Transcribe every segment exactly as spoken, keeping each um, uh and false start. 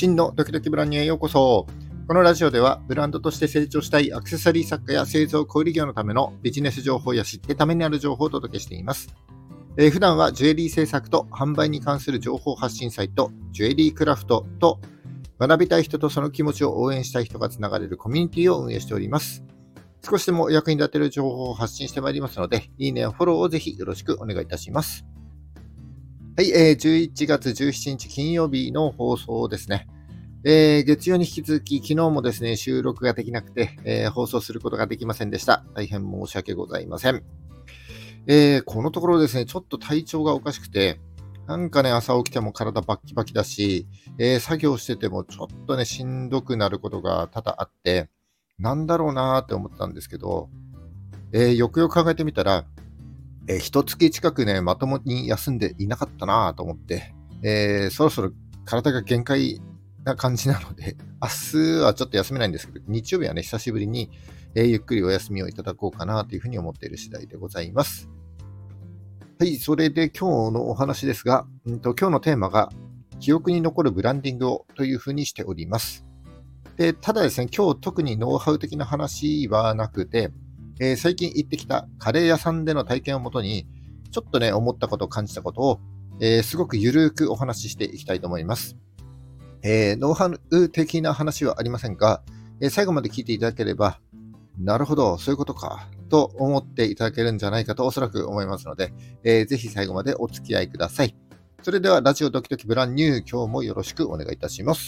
真のドキドキブランニュへようこそ。このラジオではブランドとして成長したいアクセサリー作家や製造小売業のためのビジネス情報や知ってためになる情報をお届けしています。えー、普段はジュエリー制作と販売に関する情報発信サイトジュエリークラフトと学びたい人とその気持ちを応援したい人がつながれるコミュニティを運営しております。少しでも役に立てる情報を発信してまいりますので、いいねやフォローをぜひよろしくお願いいたします。はい、えー、じゅういちがつじゅうしちにち金曜日の放送ですね。えー、月曜に引き続き、昨日もですね、収録ができなくて、えー、放送することができませんでした。大変申し訳ございません。えー、このところですね、ちょっと体調がおかしくて、なんかね、朝起きても体バッキバキだし、えー、作業しててもちょっとね、しんどくなることが多々あって、なんだろうなーって思ったんですけど、えー、よくよく考えてみたら、えー、一月近くね、まともに休んでいなかったなと思って、えー、そろそろ体が限界な感じなので、明日はちょっと休めないんですけど、日曜日はね、久しぶりに、えー、ゆっくりお休みをいただこうかなというふうに思っている次第でございます。はい、それで今日のお話ですが、うんと、今日のテーマが、記憶に残るブランディングをというふうにしております。で、ただですね、今日特にノウハウ的な話はなくて、えー、最近行ってきたカレー屋さんでの体験をもとに、ちょっとね、思ったことを感じたことを、えー、すごくゆるくお話ししていきたいと思います。えー、ノウハウ的な話はありませんが、えー、最後まで聞いていただければ、なるほど、そういうことか、と思っていただけるんじゃないかとおそらく思いますので、えー、ぜひ最後までお付き合いください。それでは、ラジオドキドキブランニュー、今日もよろしくお願いいたします。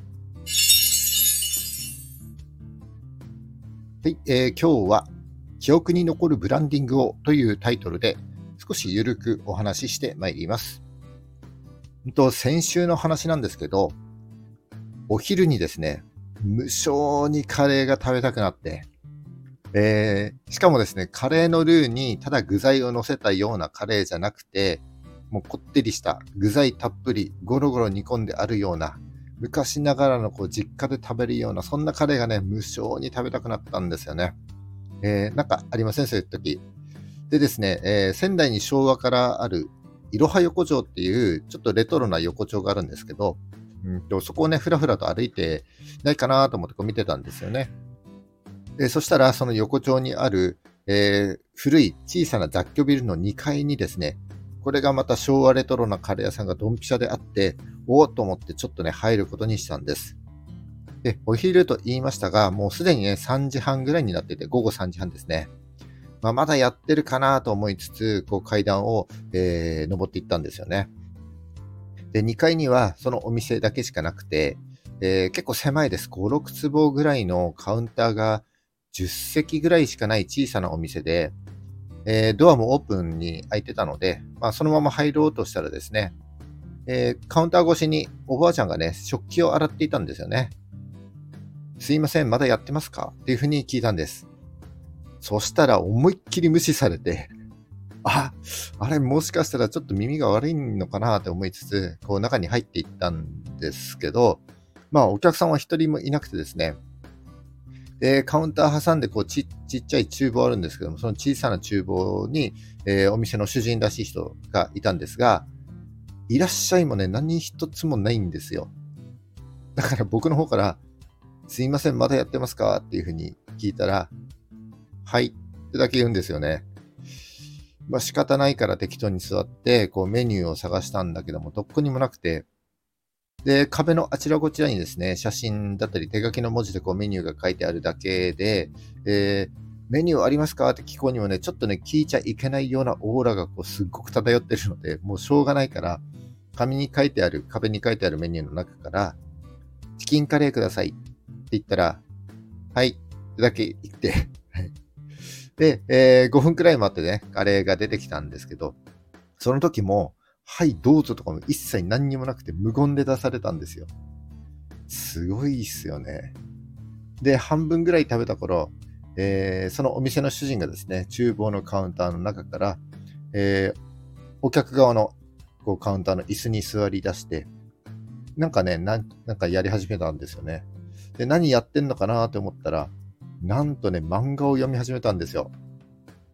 はい、えー、今日は記憶に残るブランディングをというタイトルで少しゆるくお話ししてまいります。と先週の話なんですけど、お昼にですね、無性にカレーが食べたくなって、えー、しかもですね、カレーのルーにただ具材を乗せたようなカレーじゃなくて、もうこってりした具材たっぷりゴロゴロ煮込んであるような昔ながらのこう実家で食べるようなそんなカレーがね、無性に食べたくなったんですよね。えー、なんかありませんそういう時。でですね、えー、仙台に昭和からあるいろは横丁っていうちょっとレトロな横丁があるんですけど、うんとそこをね、ふらふらと歩いてないかなと思ってこう見てたんですよね。でそしたらその横丁にある、えー、古い小さな雑居ビルのにかいにですね、これがまた昭和レトロなカレー屋さんがドンピシャであって、おおと思ってちょっとね、入ることにしたんです。で、お昼と言いましたが、もうすでにね、さんじはんぐらいになってて、午後さんじはんですね。まあ、まだやってるかなと思いつつ、こう階段を、えー、登っていったんですよね。で、にかいにはそのお店だけしかなくて、えー、結構狭いです。ご、ろくつぼぐらいのカウンターがじゅっせきぐらいしかない小さなお店で、えー、ドアもオープンに開いてたので、まあ、そのまま入ろうとしたらですね、えー、カウンター越しにおばあちゃんがね、食器を洗っていたんですよね。すいません、まだやってますかっていうふうに聞いたんです。そしたら思いっきり無視されて、あ、あれもしかしたらちょっと耳が悪いのかなと思いつつ、こう中に入っていったんですけど、まあお客さんは一人もいなくてですね、でカウンター挟んでこう ち, ちっちゃい厨房あるんですけども、その小さな厨房に、えー、お店の主人らしい人がいたんですが、いらっしゃいもね、何一つもないんですよ。だから僕の方から、すいません、まだやってますかっていうふうに聞いたら、はいってだけ言うんですよね。まあ仕方ないから適当に座って、こうメニューを探したんだけども、どこにもなくて、で、壁のあちらこちらにですね、写真だったり手書きの文字でこうメニューが書いてあるだけで、えー、メニューありますかって聞こうにもね、ちょっとね、聞いちゃいけないようなオーラがこうすっごく漂ってるので、もうしょうがないから、紙に書いてある、壁に書いてあるメニューの中から、チキンカレーくださいって言ったら、はいってだけ言って、で、えー、ごふんくらい待ってね、カレーが出てきたんですけど、その時も、はい、どうぞとかも一切何にもなくて無言で出されたんですよ。すごいっすよね。で、半分ぐらい食べた頃、えー、そのお店の主人がですね、厨房のカウンターの中から、えー、お客側のこうカウンターの椅子に座り出して、なんかね、なん、なんかやり始めたんですよね。で、何やってんのかなと思ったら、なんとね、漫画を読み始めたんですよ。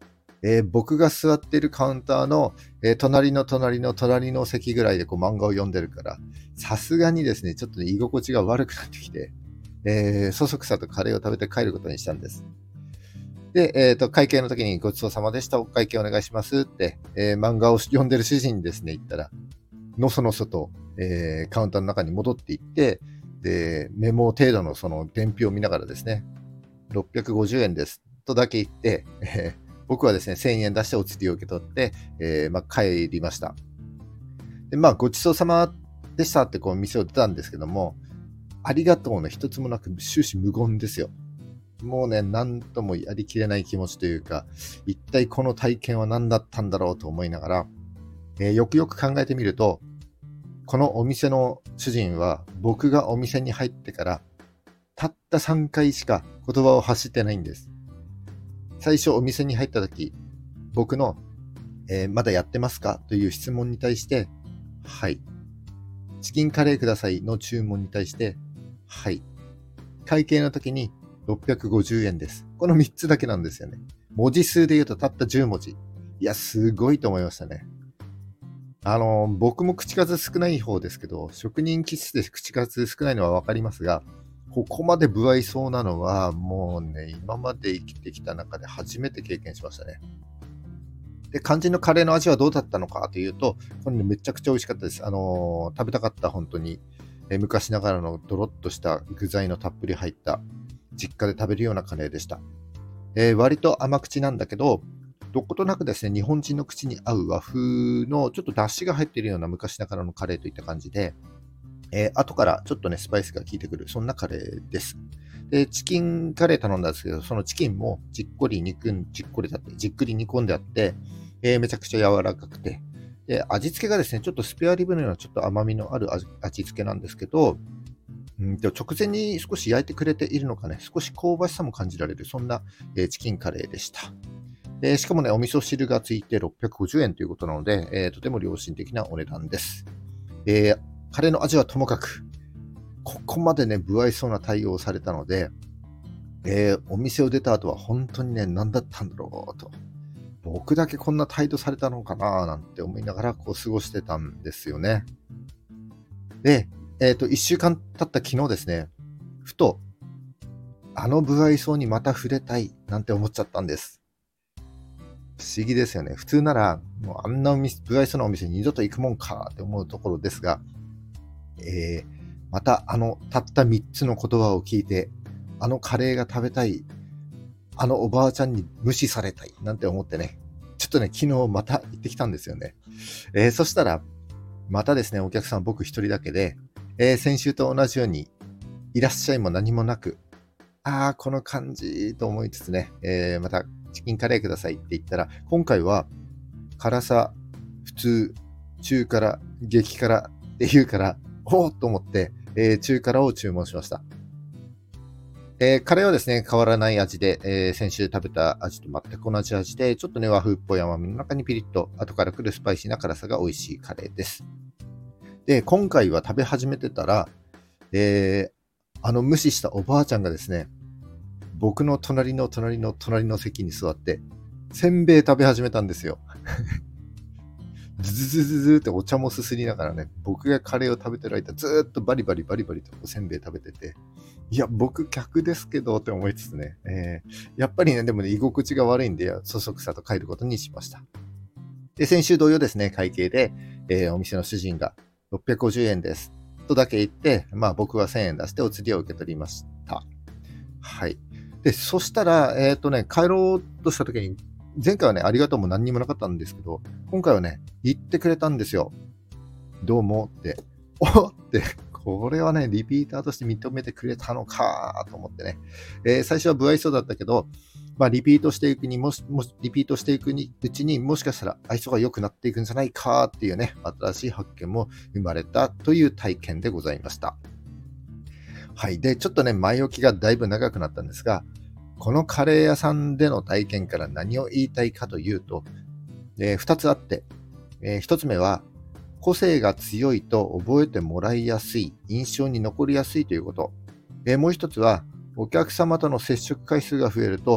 えー僕が座っているカウンターの、えー隣の隣の隣の席ぐらいでこう漫画を読んでるから、さすがにですね、ちょっとね居心地が悪くなってきて、えーそそくさとカレーを食べて帰ることにしたんです。で、えーと、会計の時にごちそうさまでした、お会計お願いしますって、えー漫画を読んでる主人にですね、言ったら、のそのそと、えーカウンターの中に戻っていって、で、メモ程度のその伝票を見ながらですね、ろっぴゃくごじゅうえんですとだけ言って、えー僕はですね、せんえん出してお釣りを受け取って、えーまあ、帰りました。で、まあ、ごちそうさまでしたってこう店を出たんですけども、ありがとうの一つもなく終始無言ですよ。もうね、なんともやりきれない気持ちというか、一体この体験は何だったんだろうと思いながら、えーよくよく考えてみると、このお店の主人は僕がお店に入ってからたったさんかいしか言葉を発してないんです。最初お店に入った時、僕の、えーまだやってますかという質問に対して、はい。チキンカレーくださいの注文に対して、はい。会計の時にろっぴゃくごじゅうえんです。このみっつだけなんですよね。文字数で言うとたったじゅうもじ。いや、すごいと思いましたね。あの、僕も口数少ない方ですけど、職人気質で口数少ないのはわかりますが、ここまで不愛想なのは、もうね、今まで生きてきた中で初めて経験しましたね。で、肝心のカレーの味はどうだったのかというと、これね、めちゃくちゃ美味しかったです。あのー食べたかった、本当に。えー昔ながらのドロッとした具材のたっぷり入った、実家で食べるようなカレーでした。えー割と甘口なんだけど、どことなくですね、日本人の口に合う和風のちょっと出汁が入っているような昔ながらのカレーといった感じで、えー後からちょっとね、スパイスが効いてくる、そんなカレーです。で、チキンカレー頼んだんですけど、そのチキンもじっこり肉、じっこりだって、じっくり煮込んであって、えーめちゃくちゃ柔らかくて、で、味付けがですね、ちょっとスペアリブのようなちょっと甘みのある味味付けなんですけど、うんと直前に少し焼いてくれているのかね、少し香ばしさも感じられる、そんな、えーチキンカレーでした。でしかもね、お味噌汁がついてろっぴゃくごじゅうえんということなので、えーとても良心的なお値段です。えーカレーの味はともかく、ここまでね、不愛想な対応をされたので、えーお店を出た後は本当にね、何だったんだろうと。僕だけこんな態度されたのかななんて思いながらこう過ごしてたんですよね。で、えっと、いっしゅうかん経った昨日ですね、ふと、あの不愛想にまた触れたいなんて思っちゃったんです。不思議ですよね。普通なら、もうあんなお店不愛想なお店に二度と行くもんかって思うところですが、えーまたあのたったみっつの言葉を聞いて、あのカレーが食べたい、あのおばあちゃんに無視されたいなんて思ってね、ちょっとね、昨日また行ってきたんですよね。えーそしたら、またですね、お客さん僕一人だけで、えー先週と同じように、いらっしゃいも何もなく、ああ、この感じと思いつつね、えーまたチキンカレーくださいって言ったら、今回は辛さ、普通、中辛、激辛って言うから、おおと思って、えー中辛を注文しました。えーカレーはですね、変わらない味で、えー先週食べた味と全く同じ味で、ちょっとね、和風っぽい甘みの中にピリッと後から来るスパイシーな辛さが美味しいカレーです。で、今回は食べ始めてたら、えーあの無視したおばあちゃんがですね、僕の隣の隣の隣の席に座って、せんべい食べ始めたんですよ。ズズズズズってお茶もすすりながらね、僕がカレーを食べてる間、ずーっとバリバリバリバリとおせんべい食べてて、いや、僕客ですけどって思いつつね、えーやっぱりね、でもね、居心地が悪いんで、そそくさと帰ることにしました。で、先週同様ですね、会計で、えーお店の主人がろっぴゃくごじゅうえんです。とだけ言って、まあ僕はせんえん出してお釣りを受け取りました。はい。で、そしたら、えっとね、帰ろうとした時に、前回はね、ありがとうも何にもなかったんですけど、今回はね、言ってくれたんですよ。どうもって。おって、これはね、リピーターとして認めてくれたのかと思ってね。えー最初は不愛想だったけど、まあ、リピートしていくにもし、もしリピートしていくにうちにもしかしたら愛想が良くなっていくんじゃないかっていうね、新しい発見も生まれたという体験でございました。はい。で、ちょっとね、前置きがだいぶ長くなったんですが、このカレー屋さんでの体験から何を言いたいかというと、えふたつあって、えひとつめは、個性が強いと覚えてもらいやすい、印象に残りやすいということ。えもう一つは、お客様との接触回数が増えると、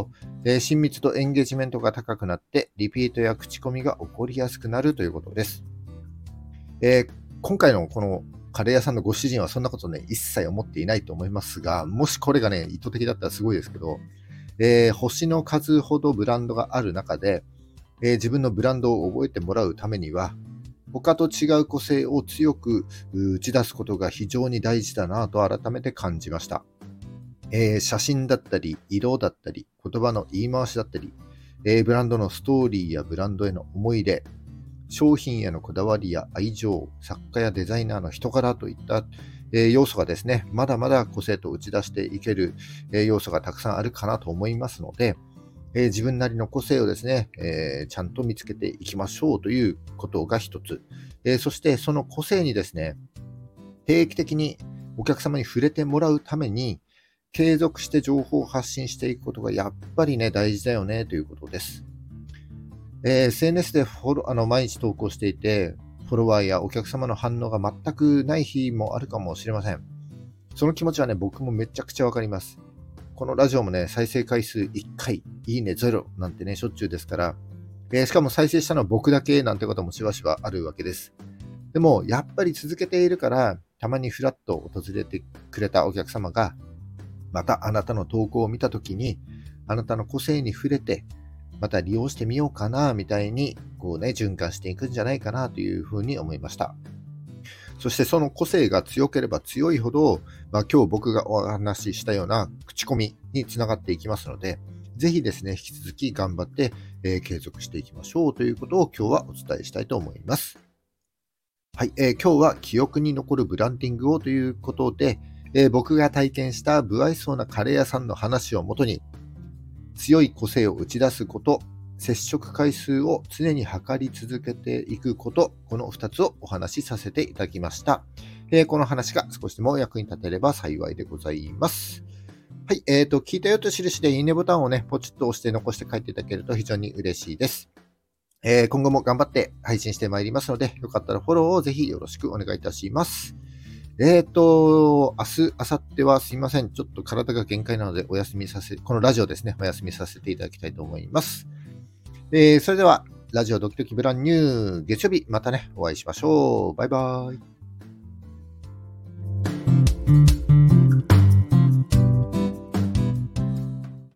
えー親密とエンゲージメントが高くなって、リピートや口コミが起こりやすくなるということです。えー今回のこのカレー屋さんのご主人はそんなことね、一切思っていないと思いますが、もしこれがね、意図的だったらすごいですけど、えー星の数ほどブランドがある中で、えー自分のブランドを覚えてもらうためには、他と違う個性を強くう打ち出すことが非常に大事だなと改めて感じました。えー写真だったり、色だったり、言葉の言い回しだったり、えーブランドのストーリーやブランドへの思い入れ、商品へのこだわりや愛情、作家やデザイナーの人柄といった、えー要素がですね、まだまだ個性と打ち出していける、えー要素がたくさんあるかなと思いますので、えー自分なりの個性をですね、えーちゃんと見つけていきましょうということが一つ。えーそしてその個性にですね、定期的にお客様に触れてもらうために、継続して情報を発信していくことがやっぱりね、大事だよねということです。えー エスエヌエス でフォローあの毎日投稿していて、フォロワーやお客様の反応が全くない日もあるかもしれません。その気持ちはね、僕もめちゃくちゃわかります。このラジオもね、再生回数いっかい、いいねゼロなんてね、しょっちゅうですから、えーしかも再生したのは僕だけなんてこともしばしばあるわけです。でも、やっぱり続けているから、たまにフラッと訪れてくれたお客様が、またあなたの投稿を見たときに、あなたの個性に触れて、また利用してみようかな、みたいに、こうね、循環していくんじゃないかなというふうに思いました。そしてその個性が強ければ強いほど、まあ、今日僕がお話ししたような口コミにつながっていきますので、ぜひですね、引き続き頑張って、えー継続していきましょうということを今日はお伝えしたいと思います。はい、えー今日は記憶に残るブランディングをということで、えー僕が体験した不愛想なカレー屋さんの話をもとに、強い個性を打ち出すこと、接触回数を常に測り続けていくこと、このふたつをお話しさせていただきました。えーこの話が少しでも役に立てれば幸いでございます。はい、えーと、聞いたよと印でいいねボタンをね、ポチッと押して残して帰っていただけると非常に嬉しいです。えー今後も頑張って配信してまいりますので、よかったらフォローをぜひよろしくお願いいたします。えーと、明日、明後日はすいません。ちょっと体が限界なのでお休みさせ、このラジオですね、お休みさせていただきたいと思います。えーそれでは、ラジオドキドキブランニュー、月曜日、またね、お会いしましょう。バイバイ。